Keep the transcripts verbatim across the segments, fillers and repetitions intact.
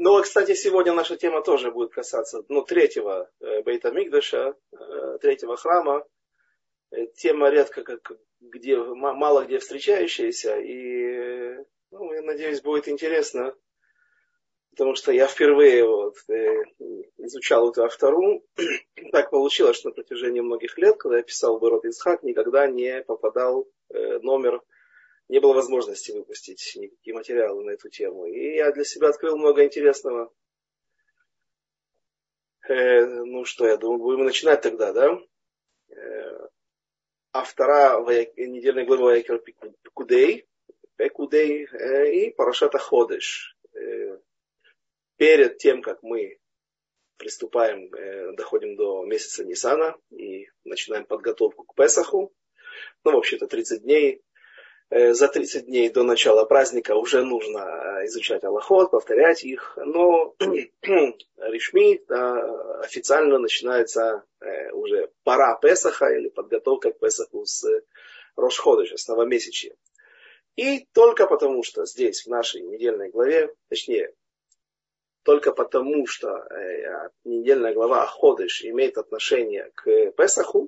Ну, кстати, сегодня наша тема тоже будет касаться ну, третьего Бейт Микдаша, третьего храма. Тема редко, как, где, мало где встречающаяся, и, ну, я надеюсь, будет интересно, потому что я впервые вот, изучал эту автору. Так получилось, что на протяжении многих лет, когда я писал Берот Ицхак, никогда не попадал номер, не было возможности выпустить никакие материалы на эту тему. И я для себя открыл много интересного. Э, ну что, я думаю, будем начинать тогда, да? Э, автора недельной главы Ваикар Пекудей, Пекудей э, и Парашата Ходеш. Э, перед тем, как мы приступаем, э, доходим до месяца Нисана и начинаем подготовку к Песаху, ну, вообще-то тридцать дней, за тридцать дней до начала праздника уже нужно изучать алахот, повторять их, но ришми, да, официально начинается уже пора Песаха или подготовка к Песаху с Рош Ходеш, с новомесячья. И только потому, что здесь в нашей недельной главе, точнее, только потому, что недельная глава Ходеш имеет отношение к Песаху,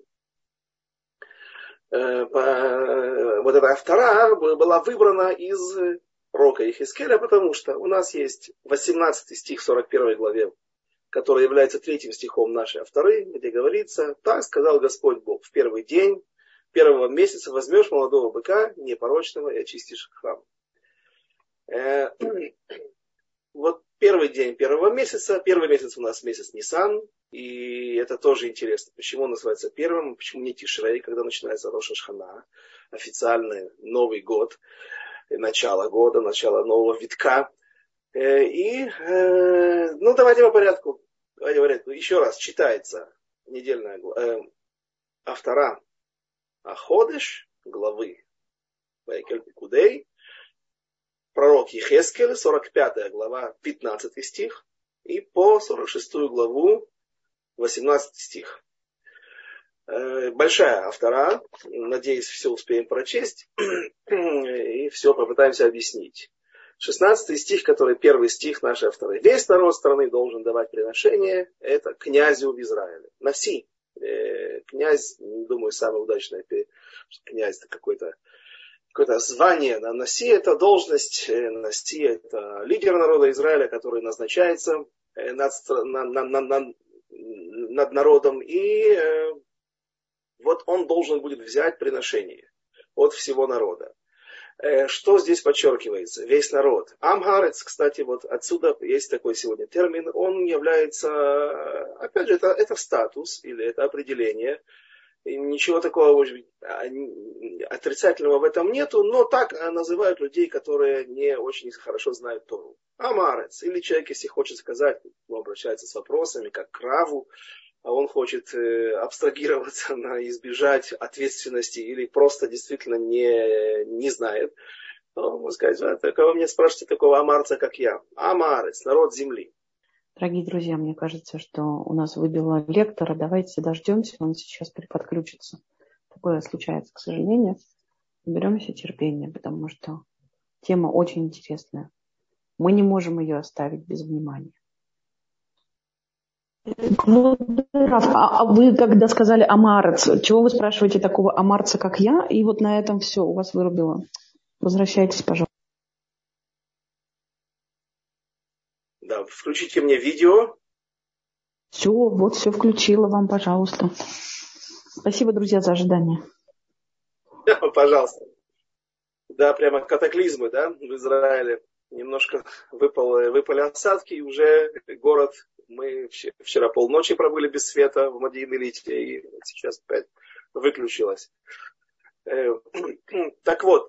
вот эта автора была выбрана из пророка Йехескеля, потому что у нас есть восемнадцатый стих сорок первой главе, который является третьим стихом нашей авторы, где говорится: «Так сказал Господь Бог, в первый день первого месяца возьмешь молодого быка непорочного и очистишь храм». Вот первый день первого месяца, первый месяц у нас месяц Нисан, и это тоже интересно, почему он называется первым, почему не Тишрей, когда начинается Рош ха-Шана, официальный Новый год, начало года, начало нового витка. И, ну, давайте по порядку, давайте по порядку. Еще раз читается недельная глава, автора Аходеш, главы Ваикар Пекудей, пророк Йехескель, сорок пятая глава, пятнадцатый стих, и по сорок шестую главу, восемнадцатый стих. Большая автора, надеюсь, все успеем прочесть, и все попытаемся объяснить. шестнадцатый стих, который первый стих нашей авторы. Весь народ страны должен давать приношение, это князю в Израиле. Наси. Князь, думаю, самое удачное, князь это какой-то какое-то звание, да, Наси это должность, Наси это лидер народа Израиля, который назначается над, над, над, над народом, и э, вот он должен будет взять приношение от всего народа. Э, что здесь подчеркивается? Весь народ. Амхарец, кстати, вот отсюда есть такой сегодня термин, он является, опять же, это, это статус или это определение. И ничего такого отрицательного в этом нету, но так называют людей, которые не очень хорошо знают Тору. Амарец, или человек, если хочет сказать, он обращается с вопросами, как к Раву, а он хочет абстрагироваться, избежать ответственности, или просто действительно не, не знает, то можно сказать: а, так вы мне спрашиваете такого амарца, как я. Амарец, народ земли. Дорогие друзья, мне кажется, что у нас выбило лектора. Давайте дождемся, он сейчас подключится. Такое случается, к сожалению. Наберемся терпения, потому что тема очень интересная. Мы не можем ее оставить без внимания. А вы когда сказали амарец, чего вы спрашиваете такого амарца, как я? И вот на этом все, у вас вырубило. Возвращайтесь, пожалуйста. Да, включите мне видео. Все, вот все включила вам, пожалуйста. Спасибо, друзья, за ожидание. Да, пожалуйста. Да, прямо катаклизмы, да, в Израиле. Немножко выпало, выпали осадки, и уже город, мы вчера полночи пробыли без света в Модиин-Илите, и сейчас опять выключилось. Так вот,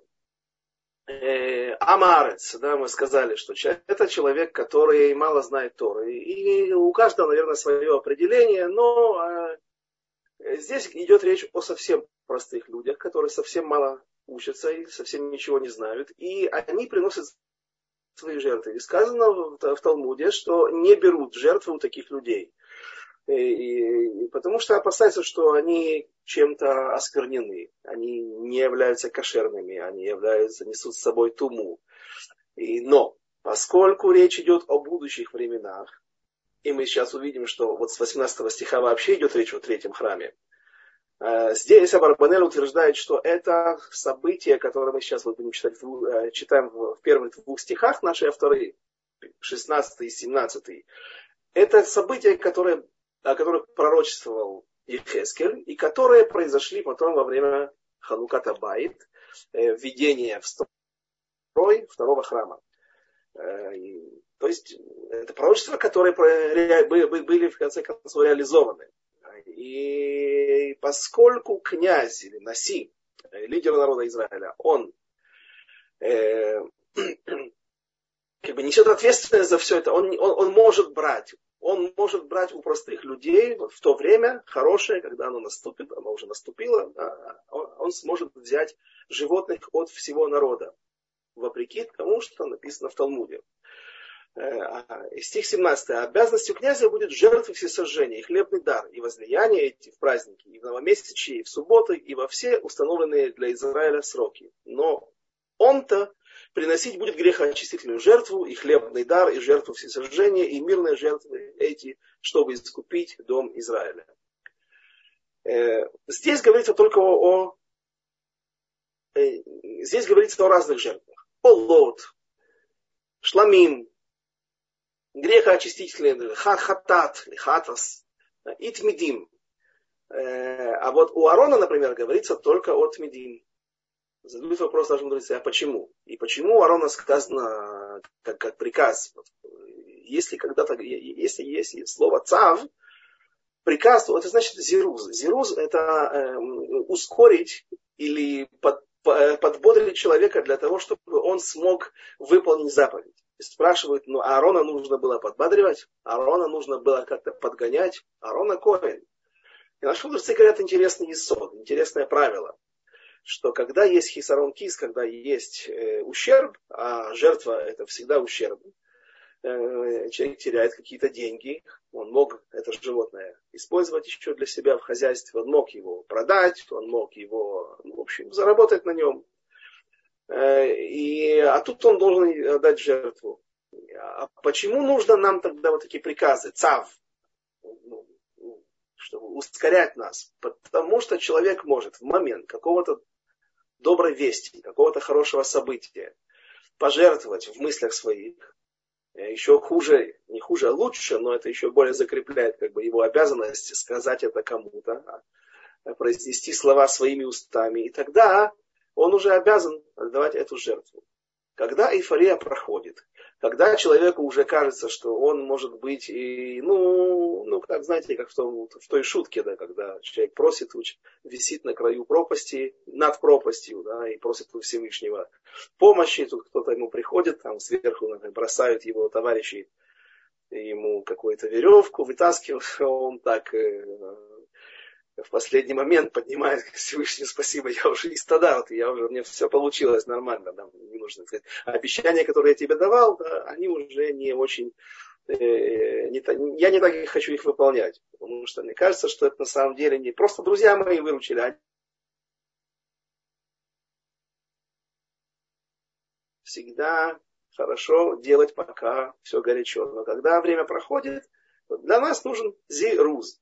Амарец, да, мы сказали, что это человек, который мало знает Торы. И у каждого, наверное, свое определение, но э, здесь идет речь о совсем простых людях, которые совсем мало учатся и совсем ничего не знают. И они приносят свои жертвы. И сказано в, в Талмуде, что не берут жертвы у таких людей. И, и, потому что опасаются, что они чем-то осквернены, они не являются кошерными, они являются, несут с собой туму. И, но поскольку речь идет о будущих временах, и мы сейчас увидим, что вот с восемнадцатого стиха вообще идет речь о третьем храме, здесь Абарбанель утверждает, что это событие, которое мы сейчас вот будем читать, читаем в первых двух стихах нашей авторы, шестнадцатый и семнадцатый, это события, которые, о которых пророчествовал Йехескель, и которые произошли потом во время Ханукат Абайт, введения в строй второго храма. То есть это пророчества, которые были в конце концов реализованы. И поскольку князь или Наси, лидер народа Израиля, он э, как бы несет ответственность за все это, он, он, он может брать. Он может брать у простых людей в то время хорошее, когда оно наступит, оно уже наступило, он, он сможет взять животных от всего народа, вопреки тому, что написано в Талмуде. Стих семнадцатый. Обязанностью князя будет жертвы всесожжения и хлебный дар, и возлияния эти в праздники, и в новомесячье, и в субботы, и во все установленные для Израиля сроки. Но он-то приносить будет грехоочистительную жертву, и хлебный дар, и жертву всесожжения, и мирные жертвы эти, чтобы искупить дом Израиля. Здесь говорится только о, о здесь говорится о разных жертвах. О лот, шламим, грехоочистительные, хатат, хатас, и тмидим. А вот у Аарона, например, говорится только о тмидим. Задают вопрос даже мудрецы, а почему? И почему у Аарона сказано как, как приказ? Если когда-то, если есть слово цав, приказ, то это значит зируз. Зируз это э, ускорить или под, подбодрить человека для того, чтобы он смог выполнить заповедь. Спрашивают, ну Аарона нужно было подбадривать, Аарона нужно было как-то подгонять, Аарона Коэн. И наши мудрецы говорят интересный исход, интересное правило, что когда есть хисарон кис, когда есть э, ущерб, а жертва это всегда ущерб, э, человек теряет какие-то деньги, он мог это животное использовать еще для себя в хозяйстве, он мог его продать, он мог его, в общем, заработать на нем. И, а тут он должен дать жертву. А почему нужно нам тогда вот такие приказы, цав, ну, чтобы ускорять нас? Потому что человек может в момент какого-то доброй вести, какого-то хорошего события пожертвовать в мыслях своих. Еще хуже, не хуже, а лучше, но это еще более закрепляет как бы, его обязанность сказать это кому-то, произнести слова своими устами. И тогда он уже обязан отдавать эту жертву. Когда эйфория проходит, когда человеку уже кажется, что он может быть, и, ну, ну, как знаете, как в, том, в той шутке, да, когда человек просит, висит на краю пропасти, над пропастью, да, и просит у Всевышнего помощи, тут кто-то ему приходит, там сверху например, бросают его товарищи ему какую-то веревку, вытаскивают, он так в последний момент поднимает к Всевышнему, спасибо, я уже из стада, я уже, мне все получилось нормально, да, не нужно сказать. А обещания, которые я тебе давал, да, они уже не очень, э, не, я не так и хочу их выполнять, потому что мне кажется, что это на самом деле не просто друзья мои выручили, а всегда хорошо делать, пока все горячо. Но когда время проходит, для нас нужен зируз.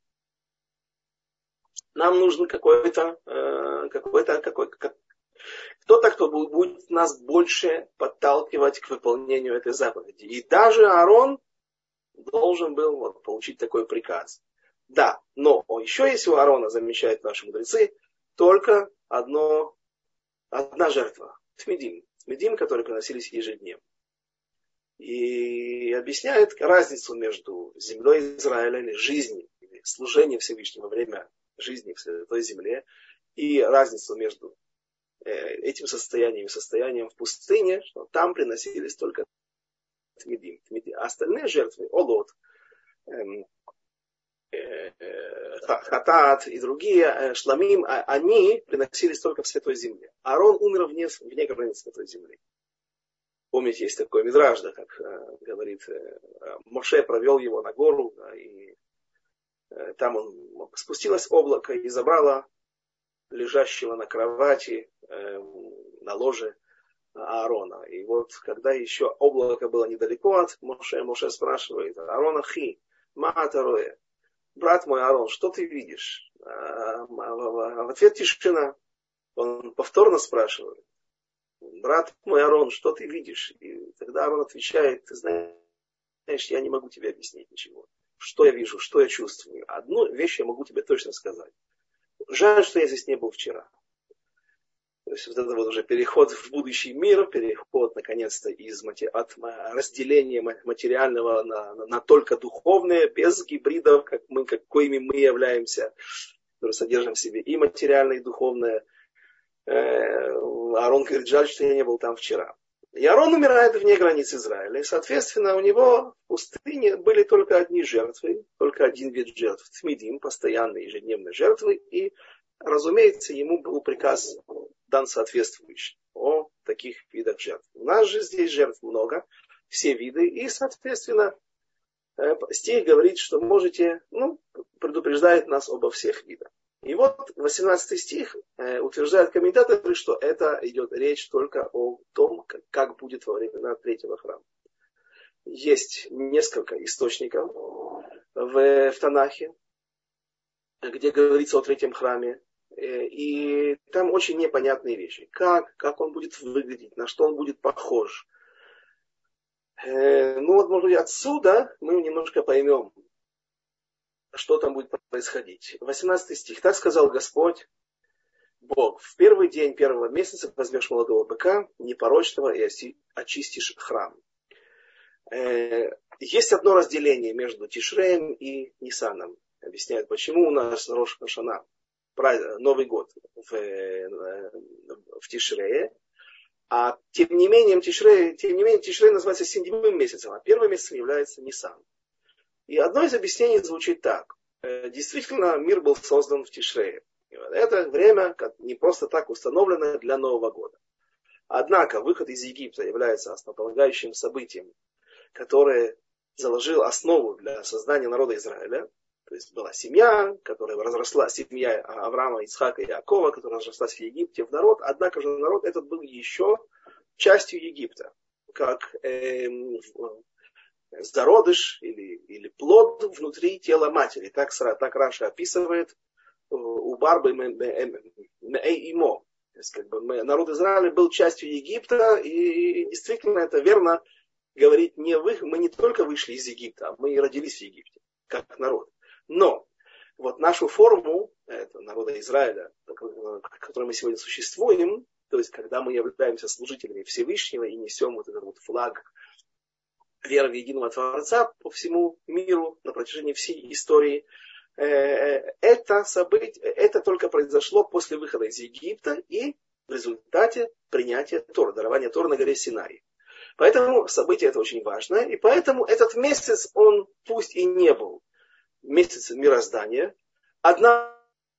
Нам нужен какой-то, э, какой-то, какой, как, кто-то, кто будет нас больше подталкивать к выполнению этой заповеди. И даже Аарон должен был вот, получить такой приказ. Да, но еще есть у Аарона, замечают наши мудрецы, только одно, одна жертва. Тмидим. Тмидим, которые приносились ежедневно. И объясняет разницу между землей Израиля или жизнью, или служением Всевышнего во время жизни в Святой Земле, и разницу между э, этим состоянием и состоянием в пустыне, что там приносились только тмидим. тмидим. А остальные жертвы, олот, эм, э, э, хатат и другие, э, шламим, а, они приносились только в Святой Земле. Аарон умер вне, вне границ Святой Земли. Помните, есть такой мидраж, да, как э, говорит, э, Моше провел его на гору, да, и там он, спустилось облако и забрало лежащего на кровати, э, на ложе Аарона. И вот когда еще облако было недалеко от Моше, Моше спрашивает: Аарон ахи, ма ата роэ? Брат мой Аарон, что ты видишь? А в ответ тишина. Он повторно спрашивает: брат мой Аарон, что ты видишь? И тогда Аарон отвечает: ты знаешь, я не могу тебе объяснить ничего. Что я вижу, что я чувствую. Одну вещь я могу тебе точно сказать. Жаль, что я здесь не был вчера. То есть вот это вот уже переход в будущий мир, переход, наконец-то, из от разделения материального на, на, на только духовное, без гибридов, как мы, какими мы являемся, которые содержим в себе и материальное, и духовное. Аарон говорит: жаль, что я не был там вчера. И Аарон умирает вне границ Израиля. И, соответственно, у него в пустыне были только одни жертвы, только один вид жертв. Тмидим, постоянные ежедневные жертвы. И, разумеется, ему был приказ дан соответствующий о таких видах жертв. У нас же здесь жертв много, все виды. И, соответственно, стих говорит, что можете, ну, предупреждает нас обо всех видах. И вот восемнадцатый стих э, утверждает комментаторы, что это идет речь только о том, как, как будет во времена третьего храма. Есть несколько источников в, в Танахе, где говорится о третьем храме. Э, и там очень непонятные вещи. Как, как он будет выглядеть, на что он будет похож. Э, ну вот, может быть, отсюда мы немножко поймем, что там будет происходить. восемнадцатый стих. Так сказал Господь Бог: в первый день первого месяца возьмешь молодого быка непорочного и очистишь храм. Есть одно разделение между Тишреем и Нисаном. Объясняют, почему у нас Рош ха-Шана, Новый год, в, в Тишрее. А тем не менее Тишрей, тем не менее, Тишрей называется седьмым месяцем, а первым месяцем является Нисан. И одно из объяснений звучит так. Действительно, мир был создан в Тишрее. Это время не просто так установлено для Нового года. Однако выход из Египта является основополагающим событием, которое заложило основу для создания народа Израиля. То есть была семья, которая разросла, семья Авраама, Ицхака и Иакова, которая разрослась в Египте в народ. Однако же народ этот был еще частью Египта, как э, зародыш или, или плод внутри тела матери. Так, так Раша описывает у Барбы Меэймо. То есть, как бы, народ Израиля был частью Египта, и действительно это верно говорить не вы, мы не только вышли из Египта, а мы и родились в Египте, как народ. Но вот нашу форму это, народа Израиля, в которой мы сегодня существуем, то есть когда мы являемся служителями Всевышнего и несем вот этот вот флаг веры в единого Творца по всему миру на протяжении всей истории, это событие, это только произошло после выхода из Египта и в результате принятия Торы, дарования Торы на горе Синай. Поэтому событие это очень важное, и поэтому этот месяц, он пусть и не был месяцем мироздания, однако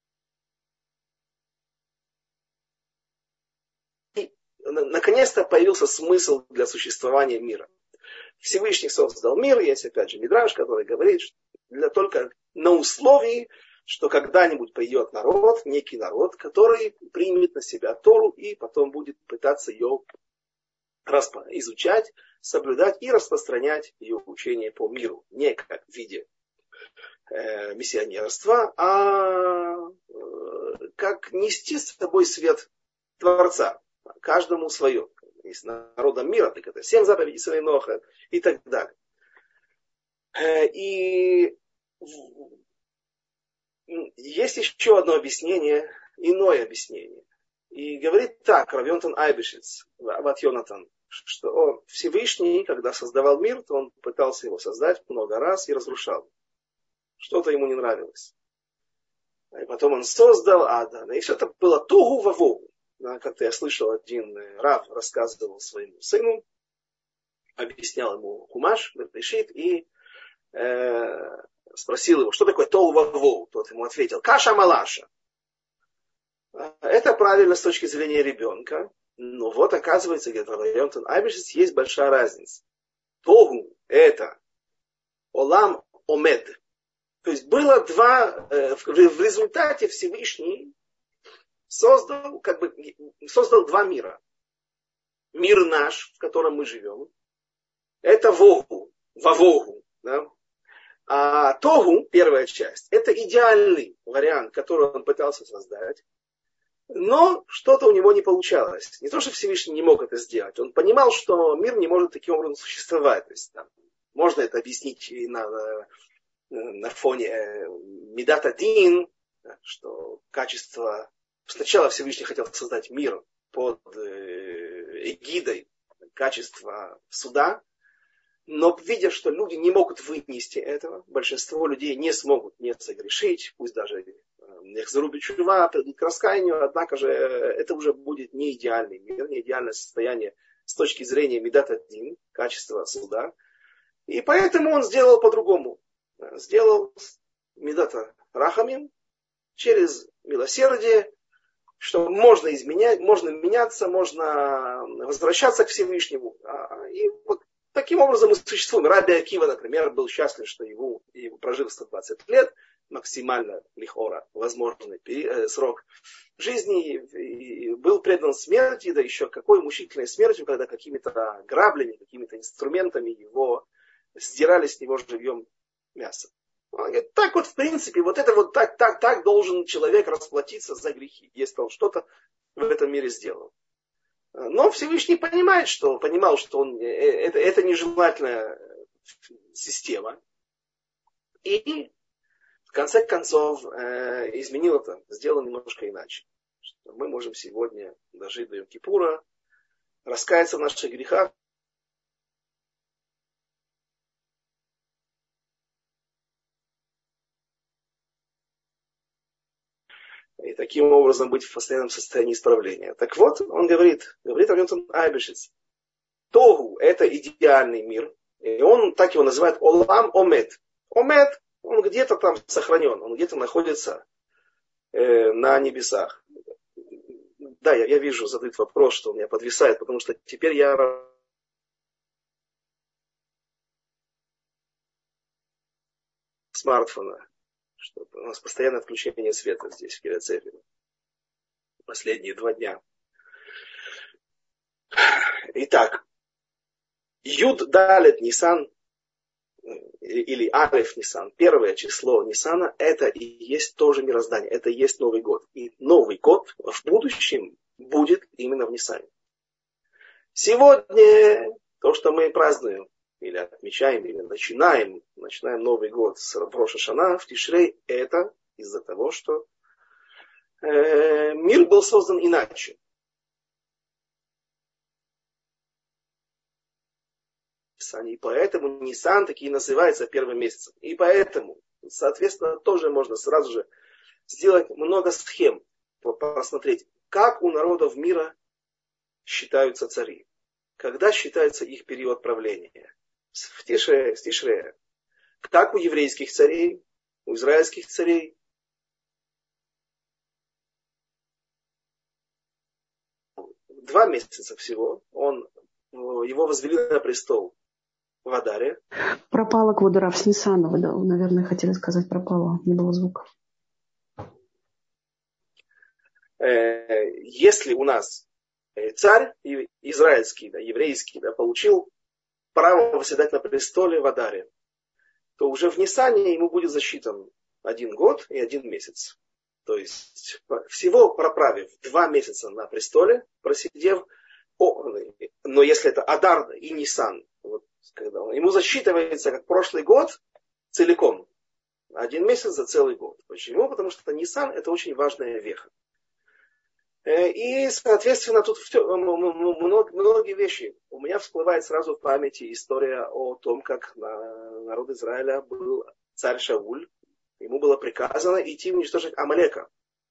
наконец-то появился смысл для существования мира. Всевышний создал мир, есть опять же Мидраш, который говорит, что для только на условии, что когда-нибудь придет народ, некий народ, который примет на себя Тору и потом будет пытаться ее изучать, соблюдать и распространять ее учение по миру. Не как в виде э, миссионерства, а э, как нести с собой свет Творца. Каждому свое. Если народом мира, так это семь заповедей сына Ноха и так далее. Э, и есть еще одно объяснение, иное объяснение. И говорит так Рав Йонатан Айбешиц, Ват Йонатан, что он Всевышний, когда создавал мир, то он пытался его создать много раз и разрушал. Что-то ему не нравилось. И потом он создал Адама. И все это было тугу ваву. Как-то я слышал, один рав рассказывал своему сыну, объяснял ему Хумаш, Берешит, и э, спросил его, что такое тоу ваву. Тот ему ответил: каша малаша. Это правильно с точки зрения ребенка. Но вот оказывается, говорит Рав Йонатан Айбешиц, есть большая разница. Тогу – это олам омед. То есть было два, э, в, в результате Всевышний создал, как бы, создал два мира. мир наш, в котором мы живем, это вогу, вавогу. Да? А тогу, первая часть, это идеальный вариант, который он пытался создать. Но что-то у него не получалось. Не то, что Всевышний не мог это сделать. Он понимал, что мир не может таким образом существовать. То есть, там, можно это объяснить и на, на, на фоне Мидат Адин, что качество... Сначала Всевышний хотел создать мир под эгидой качества суда, но видя, что люди не могут вынести этого, большинство людей не смогут не согрешить, пусть даже их зарубит чува, придут к раскаянию, однако же это уже будет не идеальный мир, не идеальное состояние с точки зрения Мидат Адин, качества суда. И поэтому он сделал по-другому. Сделал Мидат Рахамим через милосердие, что можно изменять, можно меняться, можно возвращаться к Всевышнему. И вот таким образом мы существуем. Раби Акива, например, был счастлив, что его, его прожил сто двадцать лет, максимально лихора возможный период, срок жизни, и был предан смерти, да еще какой мучительной смертью, когда какими-то граблями, какими-то инструментами его сдирали с него живьем мясо. Он говорит, так вот, в принципе, вот это вот так, так, так должен человек расплатиться за грехи, если он что-то в этом мире сделал. Но Всевышний понимает, что, понимал, что он, это, это нежелательная система. И в конце концов э, изменил это, сделал немножко иначе. Что мы можем сегодня дожить до Йом-Кипура, раскаяться в наших грехах. И таким образом быть в постоянном состоянии исправления. Так вот, он говорит, говорит о нем Айбешец. Тогу – это идеальный мир. И он так его называет Олам Омед. Омед, он где-то там сохранен, он где-то находится э, на небесах. Да, я, я вижу, задают вопрос, что у меня подвисает, потому что теперь я смартфона. Что у нас постоянное отключение света здесь, в Кирьят-Сефере. Последние два дня. Итак, Юд Далет Нисан, или Алеф Нисан, первое число Нисана, это и есть тоже мироздание, это и есть Новый год. И Новый год в будущем будет именно в Нисане. Сегодня то, что мы празднуем, или отмечаем, или начинаем, начинаем Новый год с Рош ха-Шана в Тишрей, это из-за того, что э, мир был создан иначе. И поэтому Нисан таки называется первым месяцем. И поэтому, соответственно, тоже можно сразу же сделать много схем, посмотреть, как у народов мира считаются цари, когда считается их период правления. В Тишре, в Тишре, как у еврейских царей, у израильских царей. Два месяца всего он, его возвели на престол в Адаре. Пропала Квадорав с Нисана, вы, наверное, хотели сказать, пропала, не было звука. Если у нас царь израильский, да, еврейский, да, получил право восседать на престоле в Адаре, то уже в Нисане ему будет засчитан один год и один месяц. То есть всего проправив два месяца на престоле, просидев, о, но если это Адар и Нисан, вот, когда он, ему засчитывается как прошлый год целиком, один месяц за целый год. Почему? Потому что Нисан это очень важная веха. И, соответственно, тут многие вещи. У меня всплывает сразу в памяти история о том, как народ Израиля был царь Шауль. Ему было приказано идти уничтожить Амалека.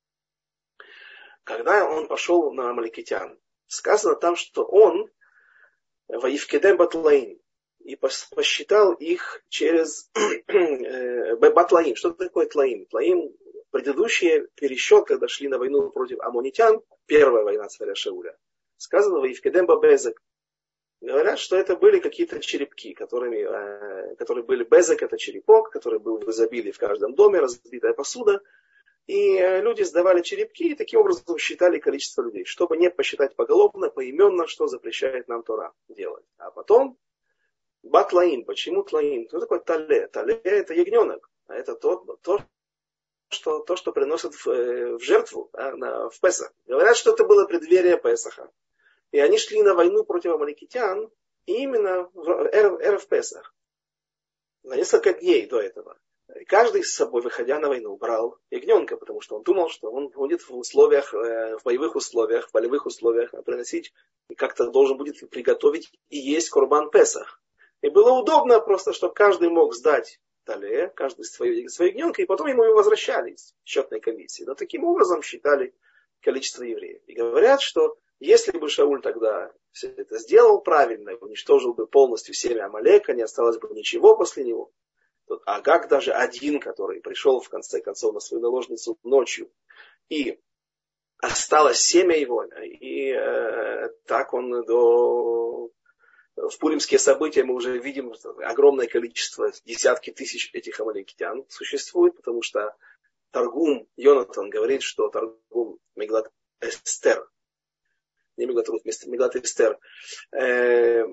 Когда он пошел на амалекитян, сказано там, что он ваивкедем батлаим и посчитал их через батлаим. Что такое тлаим? Тлаим предыдущий пересчет, когда шли на войну против аммонитян, первая война царя Шауля, сказано ваивкедем бабезек. Говорят, что это были какие-то черепки, которыми, которые были безек, это черепок, который был в изобилии в каждом доме, разбитая посуда. И люди сдавали черепки и таким образом считали количество людей, чтобы не посчитать поголовно, поименно, что запрещает нам Тора делать. А потом Батлаим. Почему тлаим? Что такое тале? Тале это ягненок. А это то, то, что, то, что приносят в, в жертву, да, на, в Песах. Говорят, что это было преддверие Песаха. И они шли на войну против амаликитян именно в Эрев Песах. За несколько дней до этого. И каждый с собой, выходя на войну, брал ягненка, потому что он думал, что он будет в условиях, в боевых условиях, в полевых условиях приносить, и как-то должен будет приготовить и есть Корбан Песах. И было удобно просто, чтобы каждый мог сдать тале, каждый свое, свое ягненка, и потом ему его возвращали из счетной комиссии. Но таким образом считали количество евреев. И говорят, что если бы Шауль тогда все это сделал правильно, уничтожил бы полностью семя Амалека, не осталось бы ничего после него, то Агаг даже один, который пришел в конце концов на свою наложницу ночью, и осталось семя его, и э, так он до... В пуримские события мы уже видим огромное количество, десятки тысяч этих амаликитян существует, потому что Таргум Йонатан говорит, что Таргум Меглат Эстер, не Меглат Рут, Меглат Эстер, э,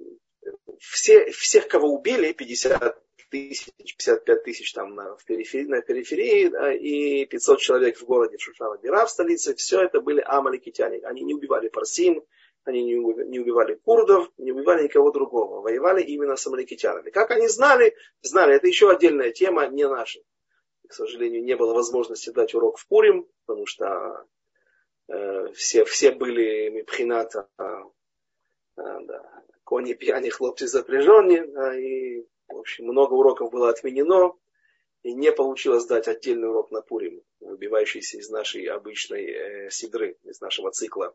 все, всех, кого убили, пятьдесят тысяч, пятьдесят пять тысяч там на, в периферии, на периферии, да, и пятьсот человек в городе Шушан-Бира, в столице, все это были амаликитяне. Они не убивали парсим, они не убивали курдов, не убивали никого другого. Воевали именно с амаликитянами. Как они знали? Знали. Это еще отдельная тема, не наша. К сожалению, не было возможности дать урок в Пурим, потому что э, все, все были мипхината, э, да, кони пьяни, хлопцы запряженные. Да, и, в общем, много уроков было отменено. И не получилось дать отдельный урок на Пурим, выбивающийся из нашей обычной э, сидры, из нашего цикла.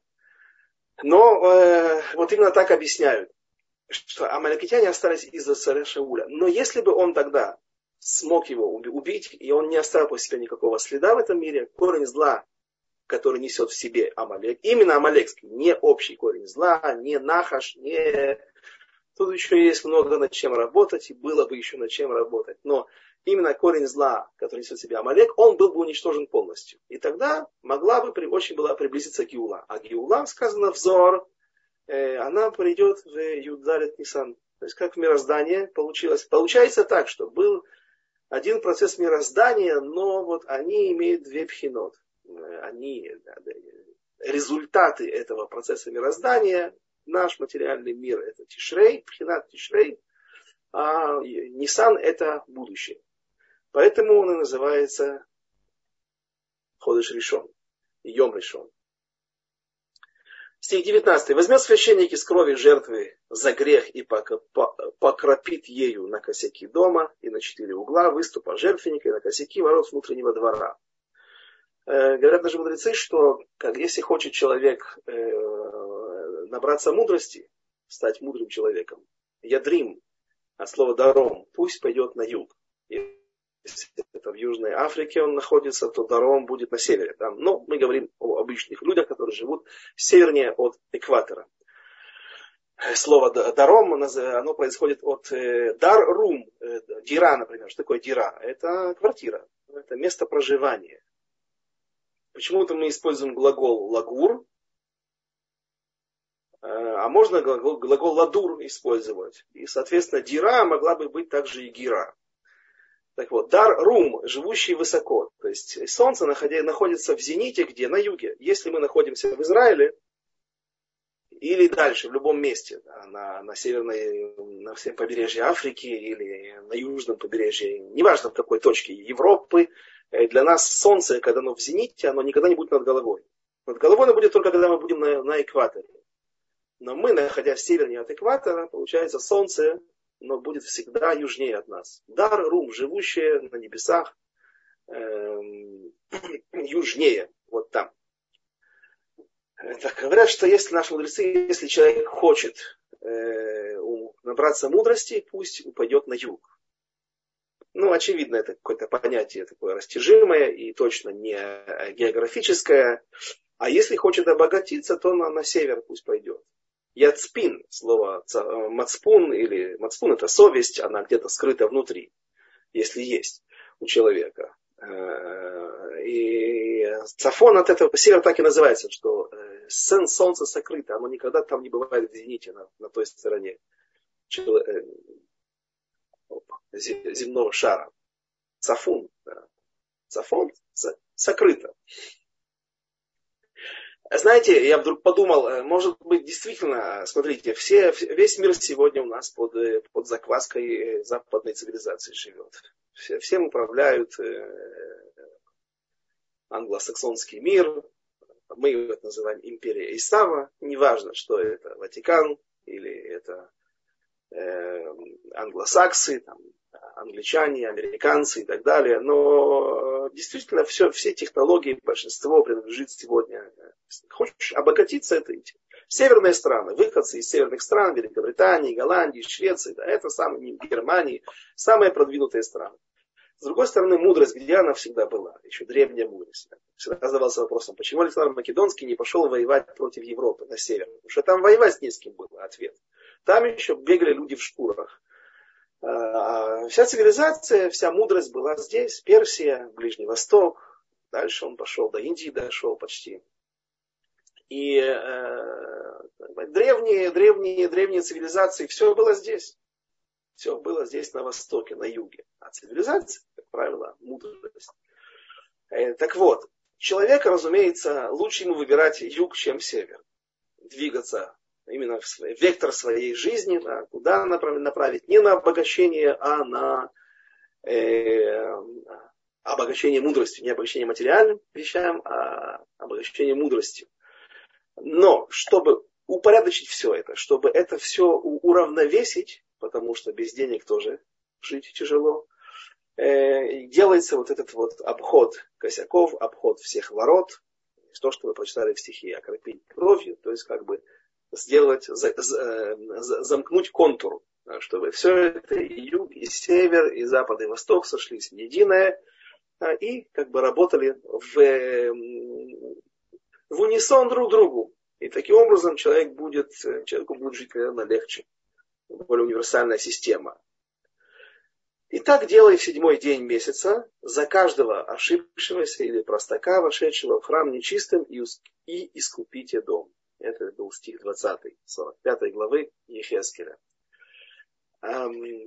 Но э, вот именно так объясняют, что амаликитяне остались из-за царя Шауля. Но если бы он тогда смог его убить, и он не оставил после себя никакого следа в этом мире, корень зла, который несет в себе Амалек, именно амалекский, не общий корень зла, не нахаш, не... Тут еще есть много над чем работать, и было бы еще над чем работать. Но именно корень зла, который несет в себе Амалек, он был бы уничтожен полностью. И тогда могла бы очень была приблизиться Геула. А Геула, сказано, взор, э, она придет в Юдалет Нисан. То есть как в мироздании получилось. Получается так, что был один процесс мироздания, но вот они имеют две пхинот. Они, результаты этого процесса мироздания, наш материальный мир это Тишрей, пхинат Тишрей, а Нисан это будущее. Поэтому он и называется Ходеш Ришон, Йом Ришон. Стих девятнадцатый. Возьмет священник из крови жертвы за грех и покропит ею на косяки дома и на четыре угла выступа жертвенника и на косяки ворот внутреннего двора. Э, говорят даже мудрецы, что как, если хочет человек э, набраться мудрости, стать мудрым человеком, ядрим, от слова даром, пусть пойдет на юг. Если это в Южной Африке он находится, то даром будет на севере. Там, но мы говорим о обычных людях, которые живут севернее от экватора. Слово даром, оно происходит от дар-рум, дира, например. Что такое дира? Это квартира, это место проживания. Почему-то мы используем глагол лагур, а можно глагол, глагол ладур использовать. И, соответственно, дира могла бы быть также и гира. Так вот, дар-рум, живущий высоко. То есть солнце находится в зените, где? На юге. Если мы находимся в Израиле, или дальше, в любом месте, да, на, на северной, на всем побережье Африки, или на южном побережье, неважно в какой точке Европы, для нас солнце, когда оно в зените, оно никогда не будет над головой. Над головой оно будет только, когда мы будем на, на экваторе. Но мы, находясь севернее от экватора, получается, солнце, но будет всегда южнее от нас. Дар, рум, живущие на небесах, э, южнее, вот там. Так, говорят, что если наши мудрецы, если человек хочет э, набраться мудрости, пусть упадет на юг. Ну, очевидно, это какое-то понятие такое растяжимое и точно не географическое. А если хочет обогатиться, то на, на север пусть пойдет. Яцпин, слово мацпун, или мацпун это совесть, она где-то скрыта внутри, если есть у человека. И Цафон от этого, север так и называется, что сын солнца сокрыто, оно никогда там не бывает в зените, на, на той стороне земного шара. Цафун, да. Цафон сокрыто. Знаете, я вдруг подумал, может быть, действительно, смотрите, все, весь мир сегодня у нас под, под закваской западной цивилизации живет. Все, всем управляют англосаксонский мир, мы его называем империя Исава, неважно, что это Ватикан или это э, англосаксы, там, англичане, американцы и так далее, но действительно все, все технологии, большинство принадлежит сегодня. Хочешь обогатиться, это идти. Северные страны, выходцы из северных стран, Великобритании, Голландии, Швеции, да, это самые, Германии, самые продвинутые страны. С другой стороны, мудрость, где она всегда была, еще древняя мудрость. Всегда задавался вопросом, почему Александр Македонский не пошел воевать против Европы на север? Потому что там воевать не с кем было, ответ. Там еще бегали люди в шкурах. А вся цивилизация, вся мудрость была здесь, Персия, Ближний Восток. Дальше он пошел до Индии, дошел почти. И э, древние, древние, древние цивилизации, все было здесь. Все было здесь на востоке, на юге. А цивилизация, как правило, мудрость. Так вот, человека, разумеется, лучше ему выбирать юг, чем север. Двигаться именно в свой, вектор своей жизни, да, куда направить, не на обогащение, а на э, обогащение мудростью. Не обогащение материальным вещам, а обогащение мудростью. Но, чтобы упорядочить все это, чтобы это все уравновесить, потому что без денег тоже жить тяжело, э, делается вот этот вот обход косяков, обход всех ворот, то, что вы прочитали в стихе, окропить кровью, то есть как бы сделать, за, за, за, замкнуть контур, чтобы все это и юг, и север, и запад, и восток сошлись в единое, и как бы работали в, в унисон друг другу. И таким образом человек будет, человеку будет жить, наверное, легче. Более универсальная система. И так делай в седьмой день месяца за каждого ошибшегося или простака, вошедшего в храм нечистым, и, и искупите дом. Это был стих двадцатый, сорок пятой главы Ехескеля. Эм,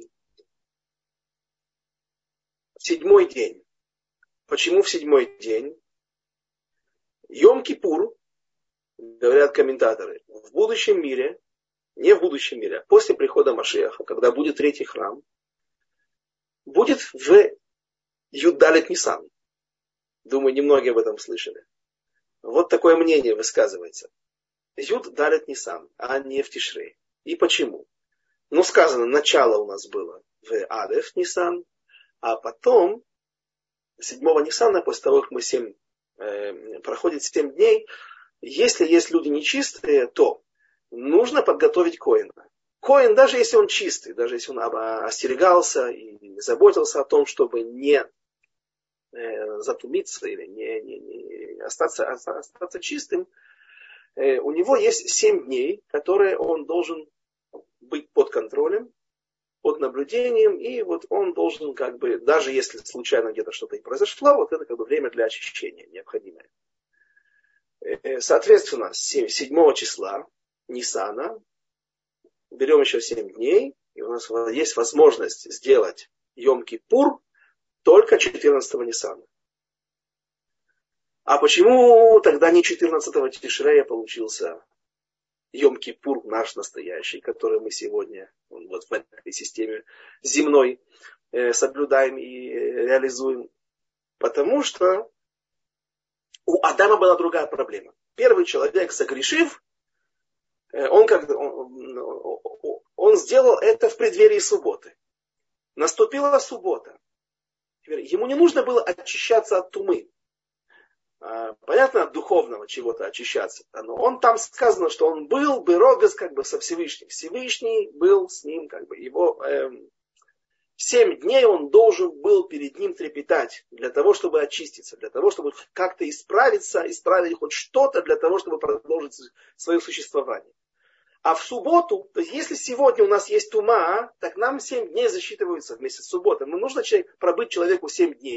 седьмой день. Почему в седьмой день? Йом-Кипур, говорят комментаторы, в будущем мире, не в будущем мире, а после прихода Машиаха, когда будет третий храм, будет в Юд-Далет Нисан. Думаю, немногие об этом слышали. Вот такое мнение высказывается. Юд-Далет Нисан, а не в Тишрей. И почему? Ну, сказано, начало у нас было в Адев Нисан, а потом, седьмого Нисана, после того, как мы семь, э, проходит семь дней, если есть люди нечистые, то нужно подготовить коэна. Коэн, даже если он чистый, даже если он остерегался и заботился о том, чтобы не э, затумиться или не, не, не остаться, остаться чистым, э, у него есть семь дней, которые он должен быть под контролем, под наблюдением, и вот он должен, как бы, даже если случайно где-то что-то и произошло, вот это как бы время для очищения необходимое. Э, соответственно, седьмого числа Нисана берем еще семь дней, и у нас есть возможность сделать Йом-Кипур только четырнадцатого Нисана. А почему тогда не четырнадцатого Тишрея получился Йом-Кипур наш настоящий, который мы сегодня вот в этой системе земной э, соблюдаем и реализуем? Потому что у Адама была другая проблема. Первый человек, согрешив, Он, как, он, он сделал это в преддверии субботы. Наступила суббота. Ему не нужно было очищаться от тумы. Понятно, от духовного чего-то очищаться. Но он там сказано, что он был берогас как бы со Всевышним. Всевышний был с ним, как бы его эм, семь дней он должен был перед ним трепетать для того, чтобы очиститься, для того, чтобы как-то исправиться, исправить хоть что-то для того, чтобы продолжить свое существование. А в субботу, то есть если сегодня у нас есть тума, так нам семь дней засчитываются вместе с субботой. Но нужно человек, пробыть человеку семь дней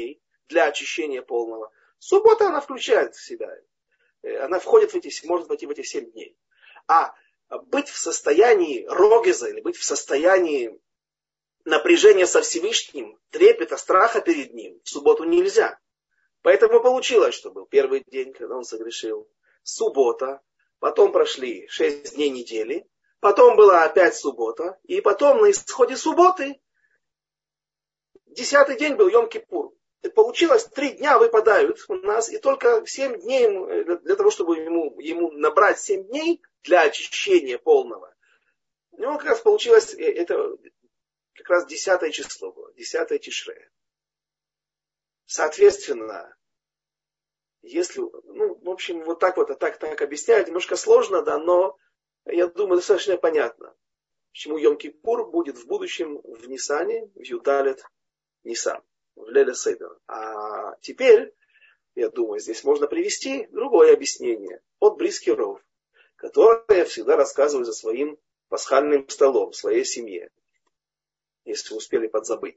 для очищения полного. Суббота она включает в себя. Она входит в эти, может войти в эти семь дней. А быть в состоянии рогеза, или быть в состоянии напряжения со Всевышним, трепета, страха перед ним в субботу нельзя. Поэтому получилось, что был первый день, когда он согрешил, суббота, потом прошли шесть дней недели, потом была опять суббота, и потом на исходе субботы десятый день был Йом-Кипур. И получилось, три дня выпадают у нас, и только семь дней, для того, чтобы ему, ему набрать семь дней для очищения полного. У него как раз получилось, это как раз десятое число было, десятое Тишре. Соответственно, если, ну, в общем, вот так вот, а так, так объяснять, немножко сложно, да, но я думаю, достаточно понятно, почему Йом-Кипур будет в будущем в Нисане, в Юдалет Нисан, в Леле Сейдер. А теперь, я думаю, здесь можно привести другое объяснение от Бриски Ров, которое я всегда рассказываю за своим пасхальным столом в своей семье, если успели подзабыть.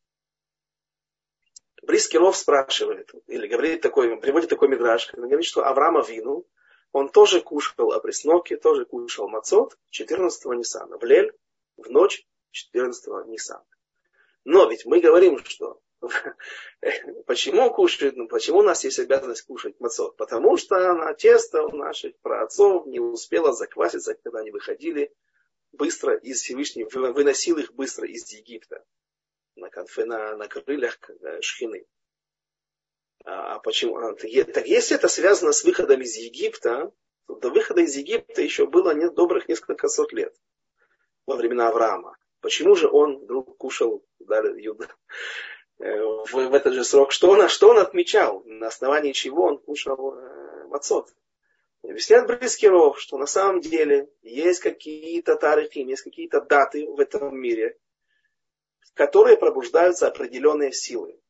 Бриски Ров спрашивает, или говорит такой, приводит такой мидраш, он говорит, что Авраам Авину, он тоже кушал опресноки, тоже кушал мацот четырнадцатого Нисана, в Лель, в ночь четырнадцатого Нисана. Но ведь мы говорим, что почему кушают, ну, почему у нас есть обязанность кушать мацот? Потому что на тесто у наших праотцов не успело закваситься, когда они выходили быстро из Всевышнего, выносил их быстро из Египта на, конфе, на, на крыльях шхины. А почему? Так если это связано с выходом из Египта, то до выхода из Египта еще было не, добрых несколько сот лет во времена Авраама. Почему же он вдруг кушал Юда в, в этот же срок? Что он, что он отмечал? На основании чего он кушал э, мацот? Объясняет Бриски Ров, что на самом деле есть какие-то тарихи, есть какие-то даты в этом мире, в которые пробуждаются определенные силы.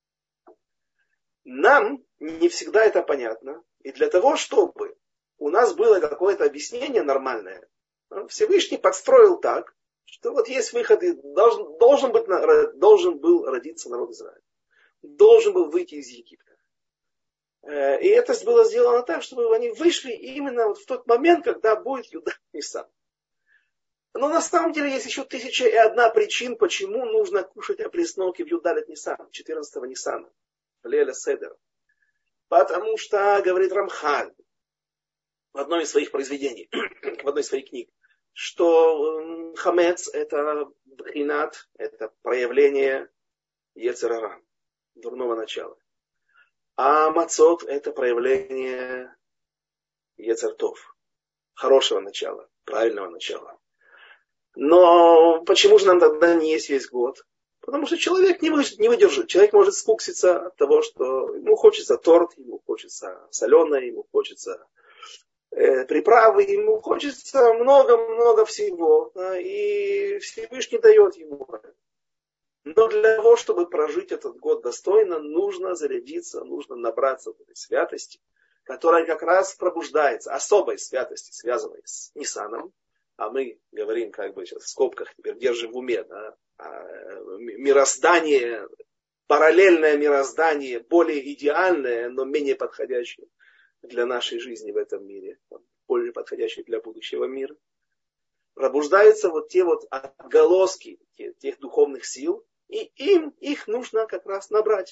Нам не всегда это понятно. И для того, чтобы у нас было какое-то объяснение нормальное, Всевышний подстроил так, что вот есть выходы, должен, должен, быть, должен был родиться народ Израиля. Должен был выйти из Египта. И это было сделано так, чтобы они вышли именно вот в тот момент, когда будет Юда Нисан. Но на самом деле есть еще тысяча и одна причин, почему нужно кушать опресноки в Юдалет Нисан, четырнадцатого Нисана, в Леле Седер. Потому что, говорит Рамхаль, в одном из своих произведений, в одной из своих книг, что хамец это бхинат, это проявление йецер ара, дурного начала. А мацот это проявление йецер тов, хорошего начала, правильного начала. Но почему же нам тогда не есть весь год? Потому что человек не выдержит. Человек может скукситься от того, что ему хочется торт, ему хочется соленое, ему хочется э, приправы, ему хочется много-много всего. Да, и Всевышний дает ему. Но для того, чтобы прожить этот год достойно, нужно зарядиться, нужно набраться этой святости, которая как раз пробуждается, особой святости, связанной с Нисаном. А мы говорим, как бы сейчас в скобках, теперь держим в уме, да, мироздание, параллельное мироздание, более идеальное, но менее подходящее для нашей жизни в этом мире, более подходящее для будущего мира. Пробуждаются вот те вот отголоски тех, тех духовных сил, и им их нужно как раз набрать.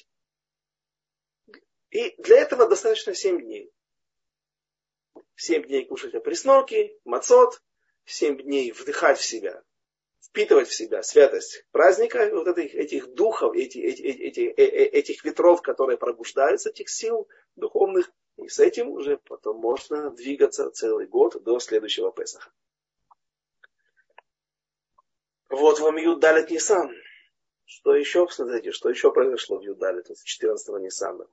И для этого достаточно семь дней. семь дней кушать опресноки, мацот, семь дней вдыхать в себя, впитывать в себя святость праздника, вот этих, этих духов, эти, эти, эти, этих ветров, которые пробуждаются, этих сил духовных, и с этим уже потом можно двигаться целый год до следующего Песаха. Вот вам Юдалет Нисан. Что еще, смотрите, что еще произошло в Юдалет, четырнадцатого Нисана?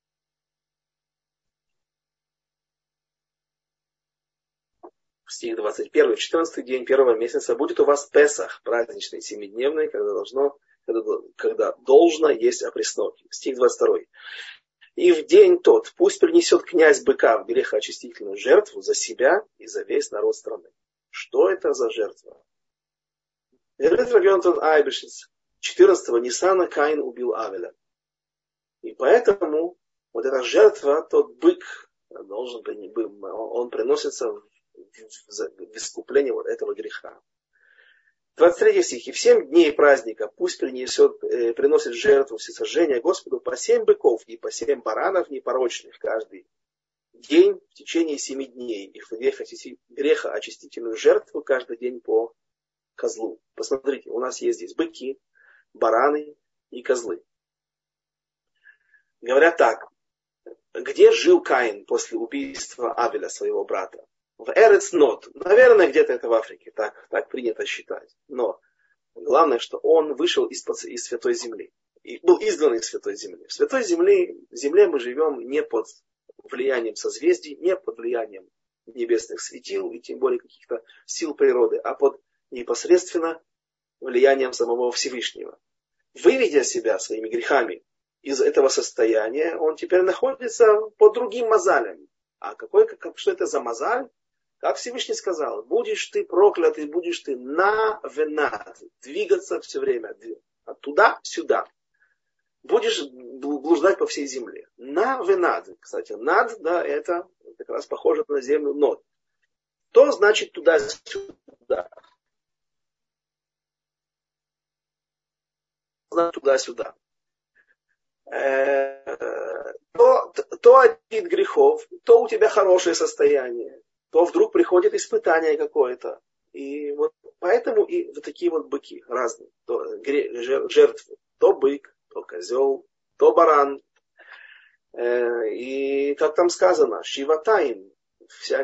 Стих двадцать один. В четырнадцатый день первого месяца будет у вас Песах, праздничный, семидневный, когда должно, когда, когда должно есть опресноки. Стих двадцать два. И в день тот пусть принесет князь быка в грехоочистительную жертву за себя и за весь народ страны. Что это за жертва? четырнадцатого Нисана Каин убил Авеля. И поэтому вот эта жертва, тот бык, должен, он приносится в искупление вот этого греха. двадцать третий стих. И в семь дней праздника пусть принесет, э, приносит жертву всесожжения Господу по семь быков и по семь баранов непорочных каждый день в течение семи дней. И в греха очистительную жертву каждый день по козлу. Посмотрите, у нас есть здесь быки, бараны и козлы. Говорят так. Где жил Каин после убийства Авеля, своего брата? В Эрец Нот. Наверное, где-то это в Африке. Так, так принято считать. Но главное, что он вышел из, из Святой Земли. И был изгнан из Святой Земли. В Святой Земле, земле мы живем не под влиянием созвездий, не под влиянием небесных светил и тем более каких-то сил природы, а под непосредственно влиянием самого Всевышнего. Выведя себя своими грехами из этого состояния, он теперь находится под другим мазалем. А какой, как, что это за мазаль? Как Всевышний сказал, будешь ты проклят и будешь ты на венат, двигаться все время, туда-сюда. Будешь блуждать по всей земле. На венад. Кстати, над, да, это как раз похоже на землю нот. То значит туда-сюда. Туда-сюда. То, то один грехов, то у тебя хорошее состояние, то вдруг приходит испытание какое-то. И вот поэтому и вот такие вот быки разные. То жертвы. То бык, то козел, то баран. И как там сказано, шиватаим, вся,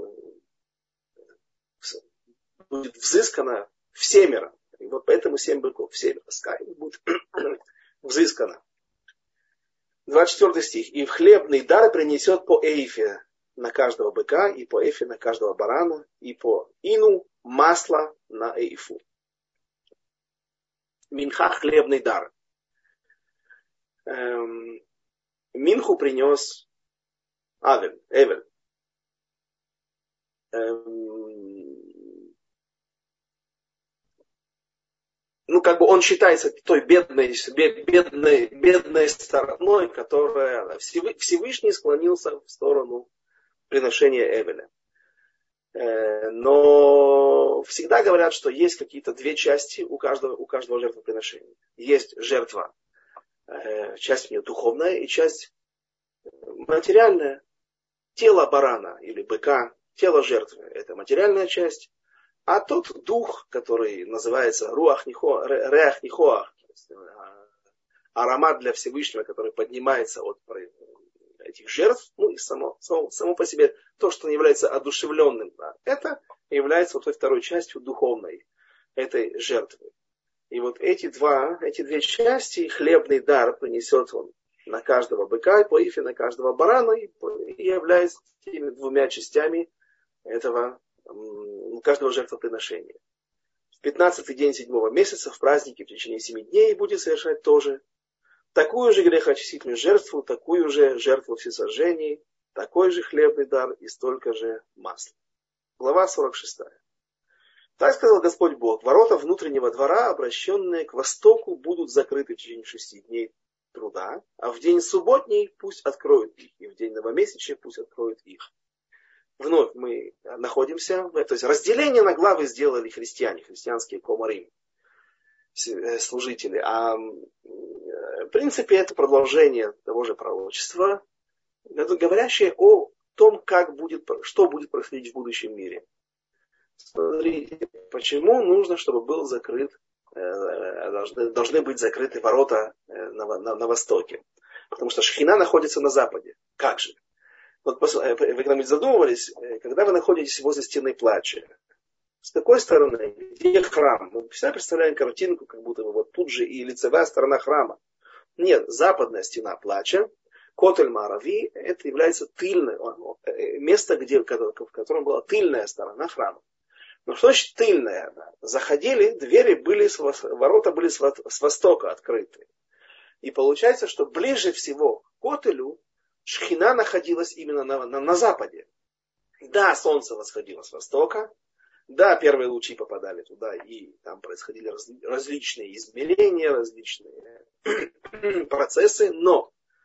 будет взыскано в семеро. И вот поэтому семь быков, в семеро будет взыскано. двадцать четвёртый стих. И в хлебный дар принесет по эйфе на каждого быка, и по эйфе на каждого барана, и по ину масло на эйфу. Минха хлебный дар. Эм, Минху принес Авель, Эвель. Эм, ну, как бы он считается той бедной, бедной, бедной стороной, которая Всевышний склонился в сторону приношения Эвеля. Но всегда говорят, что есть какие-то две части у каждого, у каждого жертвоприношения. Есть жертва, часть у нее духовная и часть материальная. Тело барана или быка, тело жертвы, это материальная часть. А тот дух, который называется руах нихоах, реах нихоах, аромат для Всевышнего, который поднимается от этих жертв, ну и само, само, само по себе то, что является одушевленным, да, это является вот той второй частью духовной этой жертвы. И вот эти два, эти две части, хлебный дар принесет он на каждого быка, и по ифе на каждого барана, и является теми двумя частями этого каждого жертвоприношения. В пятнадцатый день седьмого месяца, в празднике, в течение семи дней будет совершать тоже такую же грехоочистительную жертву, такую же жертву всесожжений, такой же хлебный дар и столько же масла. Глава сорок шестая. Так сказал Господь Бог, ворота внутреннего двора, обращенные к востоку, будут закрыты в течение шести дней труда, а в день субботний пусть откроют их, и в день новомесячия пусть откроют их. Вновь мы находимся, то есть разделение на главы сделали христиане, христианские комары, служители. А в принципе это продолжение того же пророчества, говорящее о том, как будет, что будет происходить в будущем мире. Смотрите, почему нужно, чтобы был закрыт, должны, должны быть закрыты ворота на, на, на востоке. Потому что Шхина находится на западе. Как же? Вот вы когда-нибудь задумывались, когда вы находитесь возле стены плача, с какой стороны, где храм? Мы всегда представляем картинку, как будто бы вот тут же и лицевая сторона храма. Нет, западная стена плача, Котель Марави, это является тыльное место, где, в котором была тыльная сторона храма. Но что значит тыльная? Заходили, двери были, ворота были с востока открыты. И получается, что ближе всего к Котелю Шхина находилась именно на, на, на западе. Да, солнце восходило с востока. Да, первые лучи попадали туда, и там происходили раз, различные измерения, различные процессы. Но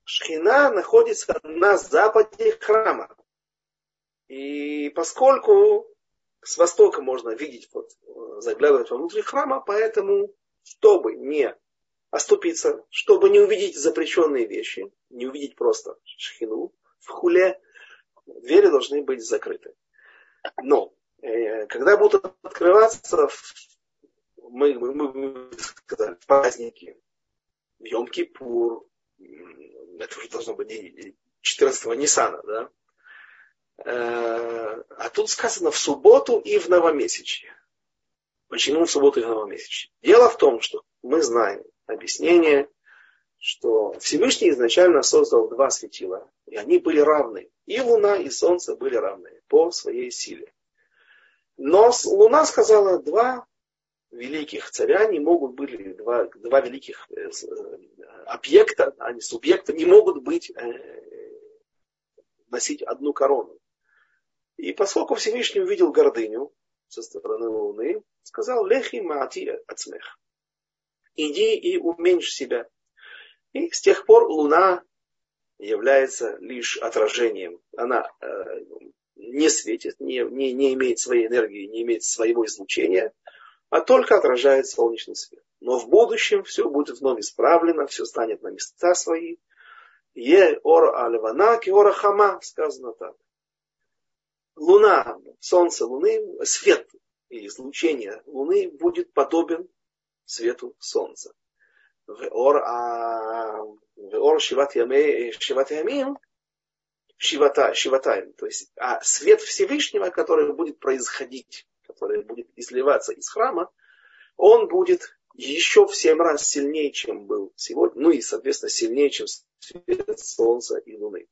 Шхина находится на западе храма. И поскольку с востока можно видеть, вот, заглядывать внутрь храма, поэтому, чтобы не оступиться, чтобы не увидеть запрещенные вещи, не увидеть просто шхину в хуле, двери должны быть закрыты. Но, э, когда будут открываться, мы, мы, мы сказали, праздники, в Йом-Кипур, это уже должно быть четырнадцатого Ниссана, да? А тут сказано в субботу и в новомесячье. Почему в субботу и в новомесячье? Дело в том, что мы знаем объяснение, что Всевышний изначально создал два светила, и они были равны. И Луна, и Солнце были равны по своей силе. Но Луна сказала, два великих царя не могут быть, два, два великих объекта, а не субъекта, не могут быть, носить одну корону. И поскольку Всевышний увидел гордыню со стороны Луны, сказал, лехи маати ацмех. Иди и уменьши себя. И с тех пор Луна является лишь отражением. Она э, не светит, не, не, не имеет своей энергии, не имеет своего излучения, а только отражает солнечный свет. Но в будущем все будет вновь исправлено, все станет на места свои. Е ор альвана ки ора хама, сказано так. Луна, солнце Луны, свет и излучение Луны будет подобен свету солнца. Веор шиват ямим, шиватаем, то есть а свет Всевышнего, который будет происходить, который будет изливаться из храма, он будет еще в семь раз сильнее, чем был сегодня, ну и, соответственно, сильнее, чем свет солнца и Луны.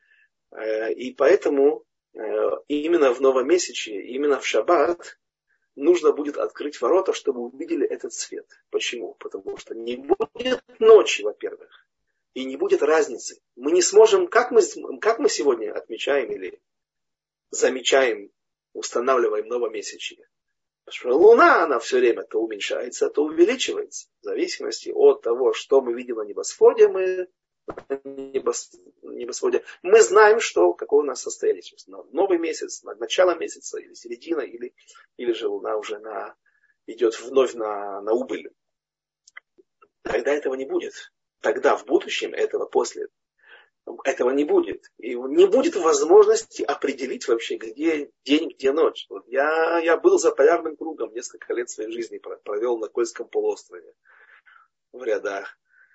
И поэтому именно в новомесячье, именно в шаббат нужно будет открыть ворота, чтобы увидели этот свет. Почему? Потому что не будет ночи, во-первых, и не будет разницы. Мы не сможем, как мы, как мы сегодня отмечаем или замечаем, устанавливаем новомесячье. Потому что Луна, она все время то уменьшается, то увеличивается. В зависимости от того, что мы видим на небосводе, мы небосводе, мы знаем, что, какое у нас состояние. Новый месяц, начало месяца, или середина, или, или же Луна уже на, идет вновь на, на убыль. Тогда этого не будет. Тогда в будущем этого после этого не будет. И не будет возможности определить вообще, где день, где ночь. Вот я, я был за полярным кругом, несколько лет своей жизни провел на Кольском полуострове в рядах.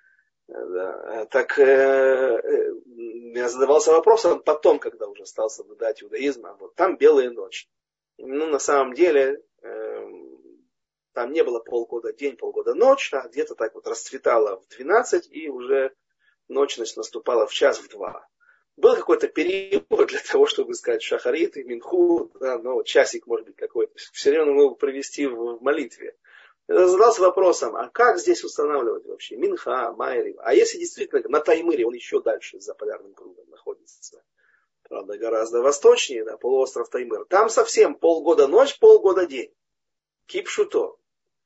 Да. Так э, э, я задавался вопросом потом, когда уже стал соблюдать иудаизм, а вот там белые ночи. Ну, на самом деле, э, там не было полгода день, полгода ночь, а где-то так вот расцветало в двенадцать, и уже ночь наступала в час, в два. Был какой-то период для того, чтобы сказать шахарит и минху, да, ну, часик, может быть, какой-то. Все время нужно провести в молитве. Я задался вопросом, а как здесь устанавливать вообще? Минха, Майри. А если действительно на Таймыре, он еще дальше за полярным кругом находится. Правда, гораздо восточнее, да, полуостров Таймыр. Там совсем полгода ночь, полгода день. Кипшуто.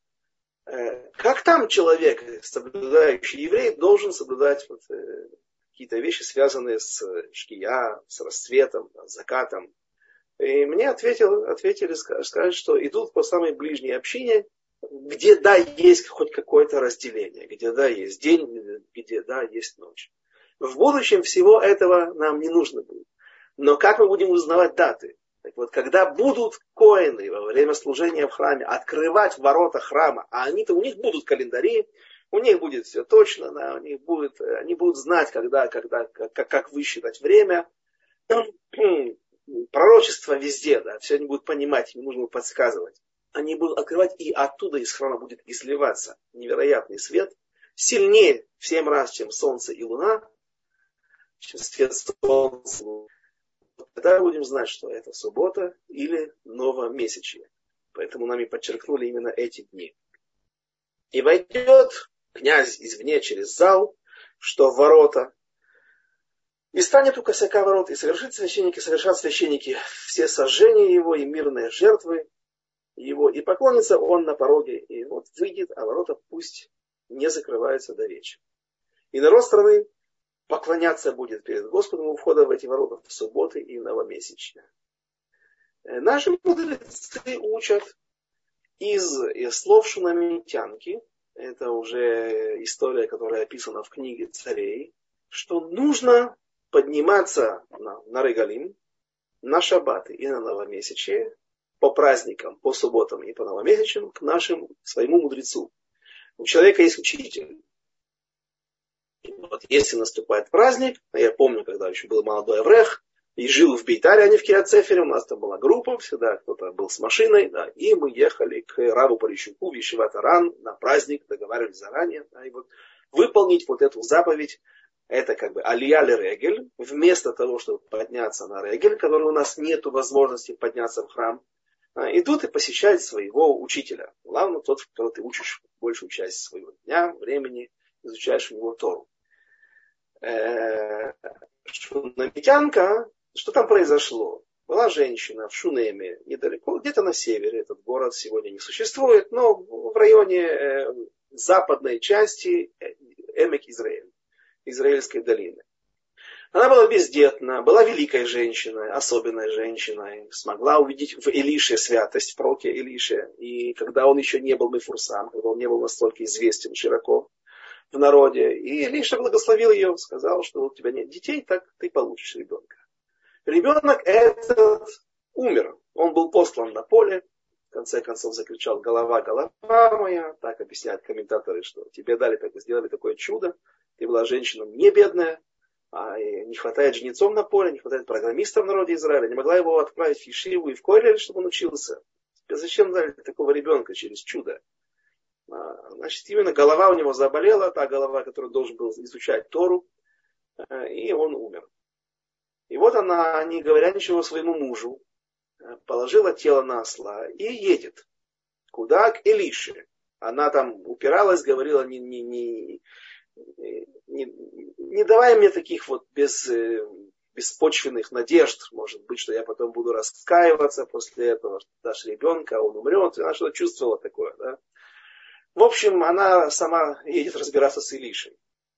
Э, как там человек, соблюдающий еврей, должен соблюдать вот, э, какие-то вещи, связанные с шкия, с рассветом, с закатом. И мне ответил, ответили, сказали, что идут по самой ближней общине, где, да, есть хоть какое-то разделение, где, да, есть день, где, да, есть ночь. В будущем всего этого нам не нужно будет. Но как мы будем узнавать даты? Так вот, когда будут коэны во время служения в храме открывать ворота храма, а они-то, у них будут календари, у них будет все точно, да, у них будет, они будут знать, когда, когда, как, как высчитать время. Пророчество везде, да, все они будут понимать, им нужно подсказывать. Они будут открывать, и оттуда из храма будет изливаться невероятный свет, сильнее в семь раз, чем солнце и луна, чем свет солнца. Тогда будем знать, что это суббота или новомесячье. Поэтому нами подчеркнули именно эти дни. И войдет князь извне через зал, что в ворота, и станет у косяка ворот, и совершит священники, совершат священники все сожжения его и мирные жертвы его, и поклонится он на пороге, и вот выйдет, а ворота пусть не закрываются до вечера. И народ страны поклоняться будет перед Господом у входа в эти ворота в субботы и новомесячные. Наши мудрецы учат из, из слов шунамитянки, это уже история, которая описана в книге царей, что нужно подниматься на, на Регалим, на шаббаты и на новомесячие, по праздникам, по субботам и по новомесячным, к нашему, к своему мудрецу. У человека есть учитель. И вот если наступает праздник, а я помню, когда еще был молодой аврех, и жил в Бейтаре, а не в Кират-Сефере, у нас там была группа, всегда кто-то был с машиной, да, и мы ехали к Раву Полищуку в Ешиват Аран на праздник, договаривались заранее, да, и вот выполнить вот эту заповедь, это как бы алия ле регель, вместо того, чтобы подняться на регель, который у нас нет возможности подняться в храм, да, идут и посещают своего учителя. Главное, тот, в которого ты учишь большую часть своего дня, времени, изучаешь у него Тору. Шунамитянка, что там произошло? Была женщина в Шунеме, недалеко, где-то на севере, этот город сегодня не существует, но в районе э, западной части Эмек Израиль, Израильской долины. Она была бездетна, была великой женщиной, особенной женщиной, смогла увидеть в Илише святость, в пророке Илише, и когда он еще не был мефурсам, когда он не был настолько известен широко в народе, и Илиша благословил ее, сказал, что у тебя нет детей, так ты получишь ребенка. Ребенок этот умер. Он был послан на поле. В конце концов закричал: голова, голова моя. Так объясняют комментаторы, что тебе дали, так, сделали такое чудо. Ты была женщина не бедная. А не хватает жнецов на поле, не хватает программистов в народе Израиля. Не могла его отправить в Ешиву и в Колель, чтобы он учился. Зачем дали такого ребенка через чудо? Значит, именно голова у него заболела. Та голова, которая должен был изучать Тору. И он умер. И вот она, не говоря ничего своему мужу, положила тело на осла и едет. Куда? К Илише. Она там упиралась, говорила, не, не, не, не, не давай мне таких вот без, беспочвенных надежд, может быть, что я потом буду раскаиваться после этого, что дашь ребенка, он умрет. Она что-то чувствовала такое. Да? В общем, она сама едет разбираться с Илишей.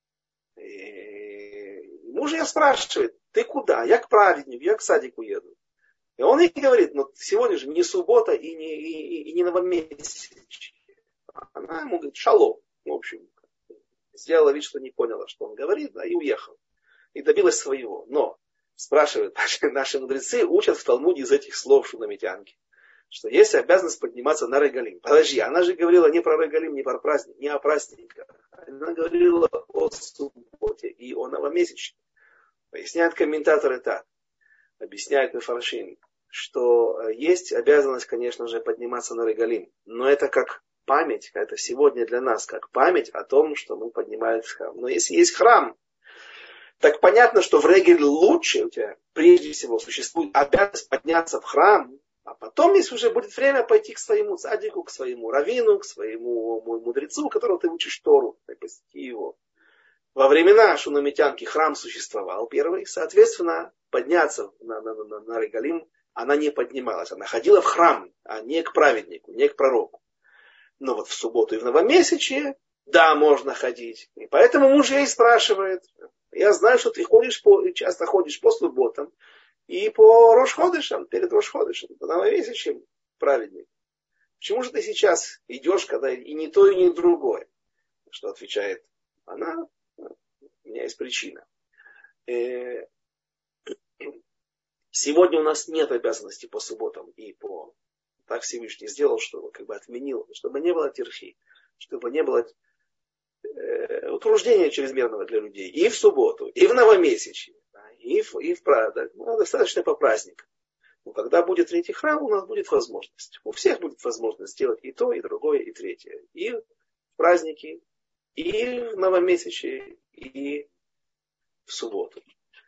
И муж ее спрашивает: ты куда? Я к праведнику, я к садику еду. И он ей говорит: ну сегодня же не суббота и не, и, и не новомесячие. Она ему говорит: шалом. В общем, сделала вид, что не поняла, что он говорит, да, и уехала. И добилась своего. Но, спрашивают, наши мудрецы учат в Талмуде из этих слов шунамитянки, что есть обязанность подниматься на Регалим. Подожди, она же говорила не про Регалим, не про праздник, не о праздниках. Она говорила о субботе и о новомесячном. Поясняют комментаторы так, объясняют мефаршим, что есть обязанность, конечно же, подниматься на Регалим, но это как память, это сегодня для нас как память о том, что мы поднимались в храм. Но если есть храм, так понятно, что в Регель лучше у тебя прежде всего существует обязанность подняться в храм, а потом, если уже будет время, пойти к своему цадику, к своему раввину, к своему мудрецу, которого ты учишь Тору, и посети его. Во времена шунамитянки храм существовал первый, соответственно, подняться на, на, на, на Регалим она не поднималась. Она ходила в храм, а не к праведнику, не к пророку. Но вот в субботу и в новомесячие, да, можно ходить. И поэтому муж ей спрашивает: я знаю, что ты ходишь по, часто ходишь по субботам и по Рош-Ходешам, перед Рош-Ходешем, по новомесячьям праведник. Почему же ты сейчас идешь, когда и не то, и не другое? Что отвечает она: у меня есть причина. Сегодня у нас нет обязанности по субботам и по... Так Всевышний сделал, что как бы отменил, чтобы не было терхи, чтобы не было э, утруждения чрезмерного для людей. И в субботу, и в новомесячье, да, и в, и в праздник. Ну, достаточно по праздникам. Но когда будет третий храм, у нас будет возможность. У всех будет возможность сделать и то, и другое, и третье. И в праздники, и в новомесячье, и в субботу.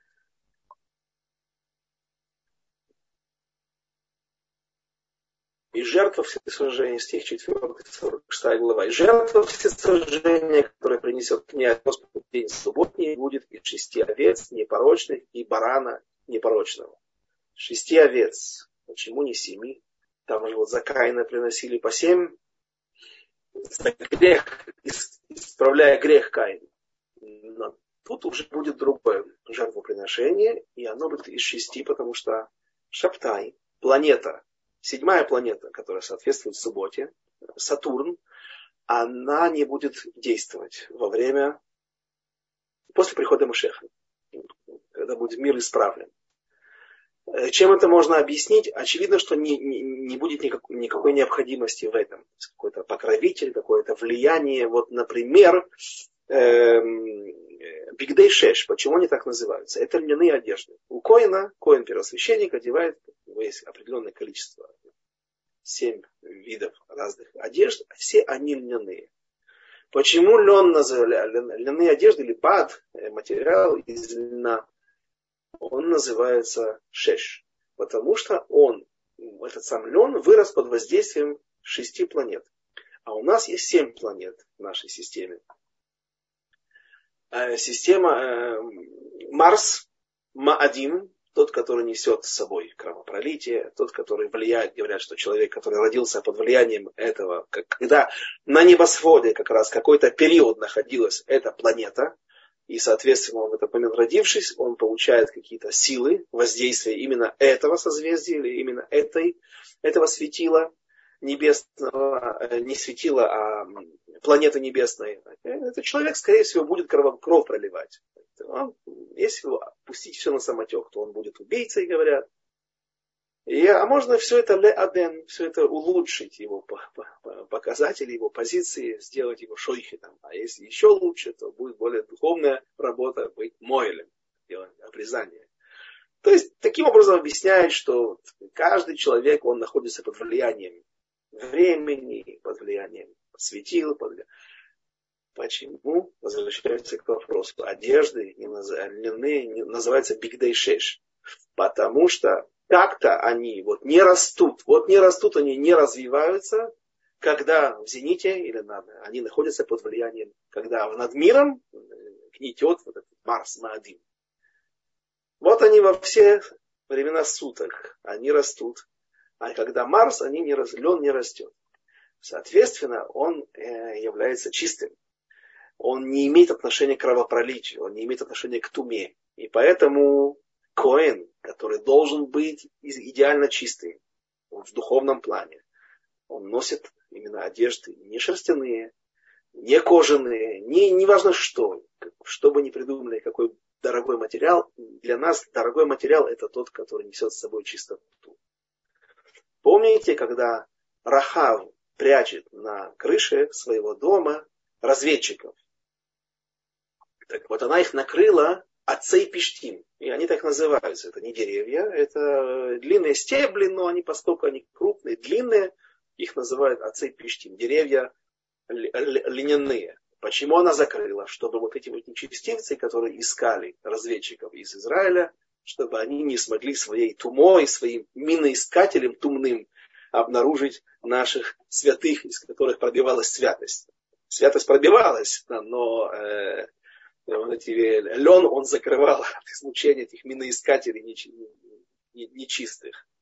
И жертва всесожжения, стих четвёртый, сорок шестая глава. И жертва всесожжения, которая принесет князь Господу в день субботний, будет из шести овец непорочных и барана непорочного. Шести овец. Почему не семи? Там же вот за Каина приносили по семь. За грех, исправляя грех Каина. Но Тут уже будет другое жертвоприношение, и оно будет из шести, потому что Шабтай, планета, седьмая планета, которая соответствует субботе, Сатурн, она не будет действовать во время, после прихода Машеха, когда будет мир исправлен. Чем это можно объяснить? Очевидно, что не, не, не будет никакой, никакой необходимости в этом. Какой-то покровитель, какое-то влияние. Вот, например, Бигдей Шеш. Почему они так называются? Это льняные одежды. У Коэна, Коэн первосвященник, одевает, у него есть определенное количество, семь видов разных одежд, все они льняные. Почему лен называли, льняные одежды или пад, материал из льна, он называется шеш, потому что он, этот сам лен, вырос под воздействием шести планет. А у нас есть семь планет в нашей системе. Система Марс, Маадим, тот, который несет с собой кровопролитие, тот, который влияет, говорят, что человек, который родился под влиянием этого, когда на небосводе как раз какой-то период находилась эта планета, и, соответственно, он в этот момент родившись, он получает какие-то силы воздействия именно этого созвездия или именно этой, этого светила небесного, не светила, а планеты небесной. Этот человек, скорее всего, будет кровь, кровь проливать. Он, если пустить все на самотек, то он будет убийцей, говорят. И, а можно все это ле-аден, все это улучшить, его показатели, его позиции, сделать его шойхетом. А если еще лучше, то будет более духовная работа, быть моэлем, делать обрезание. То есть, таким образом объясняет, что каждый человек, он находится под влиянием времени, под влиянием светил, под влиянием... Почему? Возвращаемся к вопросу. Одежды льняные называются бигдей шеш. Потому что как-то они вот не растут. Вот не растут, они не развиваются, когда в зените или над, они находятся под влиянием, когда над миром гнетет вот этот Марс Маадим. Вот они во все времена суток, они растут. А когда Марс, они не, лен не растет. Соответственно, он э, является чистым. Он не имеет отношения к кровопролитию, он не имеет отношения к туме. И поэтому Коэн, который должен быть идеально чистый в духовном плане, он носит именно одежды не шерстяные, не кожаные, не, не важно что, что бы ни придумали, какой дорогой материал. Для нас дорогой материал это тот, который несет с собой чистоту. Помните, когда Рахав прячет на крыше своего дома разведчиков? Так вот, она их накрыла ацей пиштим. И они так называются. Это не деревья, это длинные стебли, но они, поскольку они крупные, длинные, их называют ацей пиштим. Деревья льняные. Почему она закрыла? Чтобы вот эти вот нечестивцы, которые искали разведчиков из Израиля, чтобы они не смогли своей тумой, своим миноискателем тумным обнаружить наших святых, из которых пробивалась святость. Святость пробивалась, но э, вот эти, лен он закрывал от излучения этих миноискателей нечистых.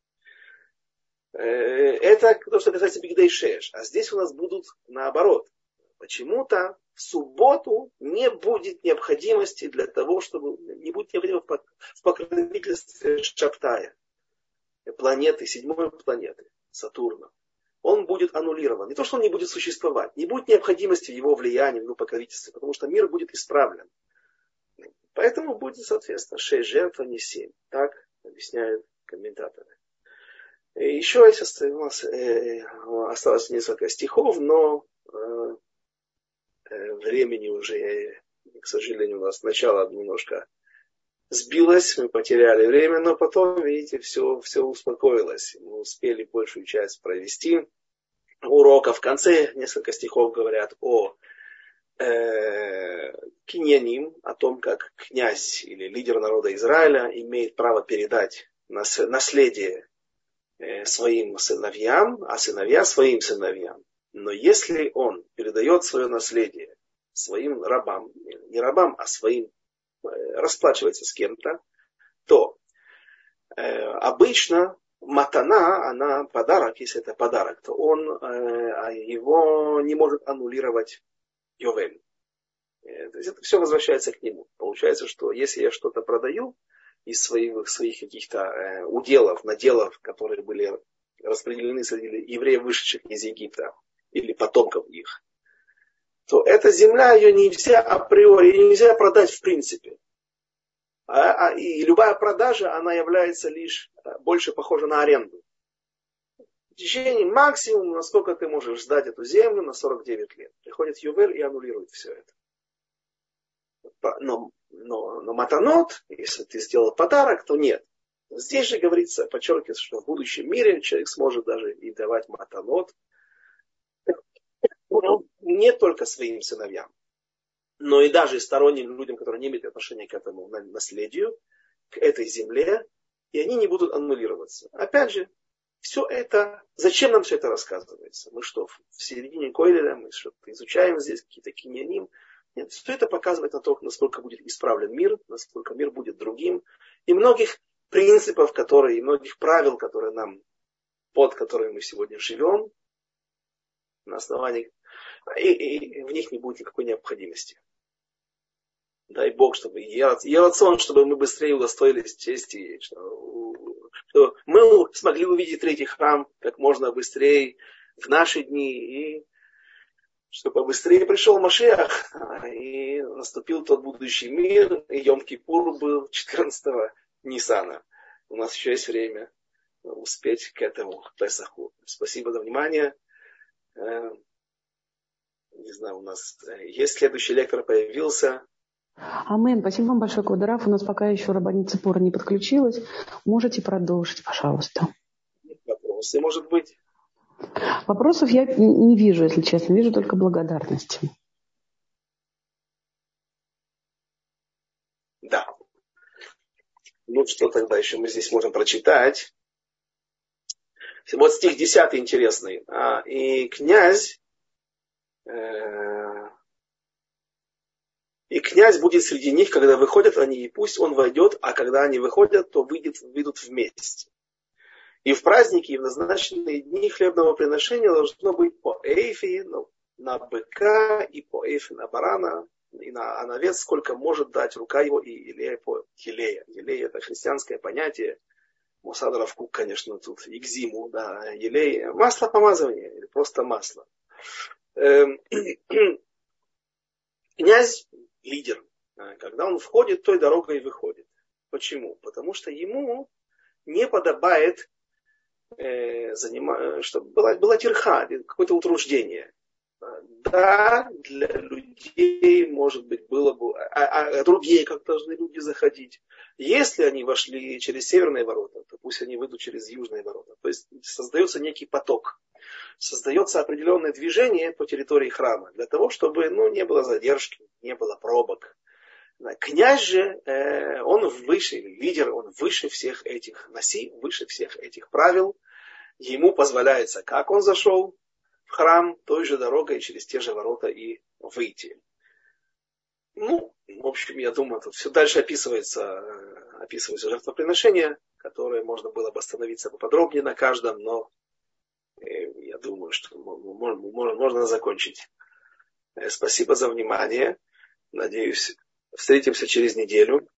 Это то, что касается бигдей шеш. А здесь у нас будут наоборот. Почему-то в субботу не будет необходимости для того, чтобы не будет необходимости в покровительстве Шабтая, планеты, седьмой планеты, Сатурна. Он будет аннулирован. Не то, что он не будет существовать, не будет необходимости в его влиянии, в его покровительстве, потому что мир будет исправлен. Поэтому будет, соответственно, шесть жертв, а не семь. Так объясняют комментаторы. И еще есть, у нас э, осталось несколько стихов, но э, времени уже, к сожалению, у нас начало немножко сбилось, мы потеряли время, но потом, видите, все, все успокоилось. Мы успели большую часть провести урока. В конце несколько стихов говорят о э, киньяним, о том, как князь или лидер народа Израиля имеет право передать наследие э, своим сыновьям, а сыновья своим сыновьям. Но если он передает свое наследие своим рабам, не рабам, а своим, расплачивается с кем-то, то э, обычно матана, она подарок, если это подарок, то он э, его не может аннулировать Йовель. Э, то есть это все возвращается к нему. получается, что если я что-то продаю из своих, своих каких-то э, уделов, наделов, которые были распределены среди евреев, вышедших из Египта, или потомков их, то эта земля, ее нельзя априори, ее нельзя продать в принципе. А, а, и любая продажа, она является лишь больше похожа на аренду. В течение максимум, насколько ты можешь сдать эту землю, на сорок девять лет. Приходит Ювель и аннулирует все это. Но, но, но матанот, если ты сделал подарок, то нет. Здесь же говорится, подчеркивается, что в будущем мире человек сможет даже и давать матанот. Не только своим сыновьям, но и даже сторонним людям, которые не имеют отношения к этому наследию, к этой земле, и они не будут аннулироваться. Опять же, все это, зачем нам все это рассказывается? Мы что, в середине Койлеля, мы что-то изучаем здесь, какие-то киньяним? Нет, все это показывает на то, насколько будет исправлен мир, насколько мир будет другим, и многих принципов, которые, и многих правил, которые нам, под которыми мы сегодня живем, на основании, и, и в них не будет никакой необходимости. Дай Бог, чтобы Ерацон, чтобы мы быстрее удостоились чести, что, что мы смогли увидеть третий храм как можно быстрее в наши дни, и чтобы побыстрее пришел Машиах, и наступил тот будущий мир, и Йом-Кипур был четырнадцатого Ниссана. У нас еще есть время успеть к этому Песаху. Спасибо за внимание. Не знаю, у нас есть следующий лектор, появился. Амен. Спасибо вам большое, Квадараф. У нас пока еще Рабанит Ципора не подключилась. Можете продолжить, пожалуйста. Вопросы, может быть? Вопросов я не вижу, если честно. Вижу только благодарности. Да. Ну, что тогда еще мы здесь можем прочитать? Вот стих десятый интересный. А, и князь э, и князь будет среди них, когда выходят они, и пусть он войдет, а когда они выходят, то выйдет, выйдут вместе. И в праздники, и в назначенные дни хлебного приношения должно быть по эйфе на быка, и по эйфе на барана, и на, а на вес, сколько может дать рука его, и елея по елея. Елея — это христианское понятие. Мусад Рав Кук, конечно, тут экзиму, да, елей, масло помазывания, или просто масло. Князь — лидер. Когда он входит, той дорогой и выходит. Почему? Потому что ему не подобает, э, занима... чтобы была, была тирха, какое-то утруждение. Да, для людей, может быть, было бы... А, а другие, как должны люди заходить? Если они вошли через северные ворота, то пусть они выйдут через южные ворота. То есть создается некий поток. Создается определенное движение по территории храма. Для того, чтобы ну, не было задержки, не было пробок. Князь же, э, он выше, лидер, он выше всех этих наси, выше всех этих правил. Ему позволяется, как он зашел в храм, той же дорогой через те же ворота и выйти. Ну, в общем, я думаю, тут все дальше описывается, описываются жертвоприношения, которые можно было бы остановиться поподробнее на каждом, но я думаю, что можно, можно закончить. Спасибо за внимание. Надеюсь, встретимся через неделю.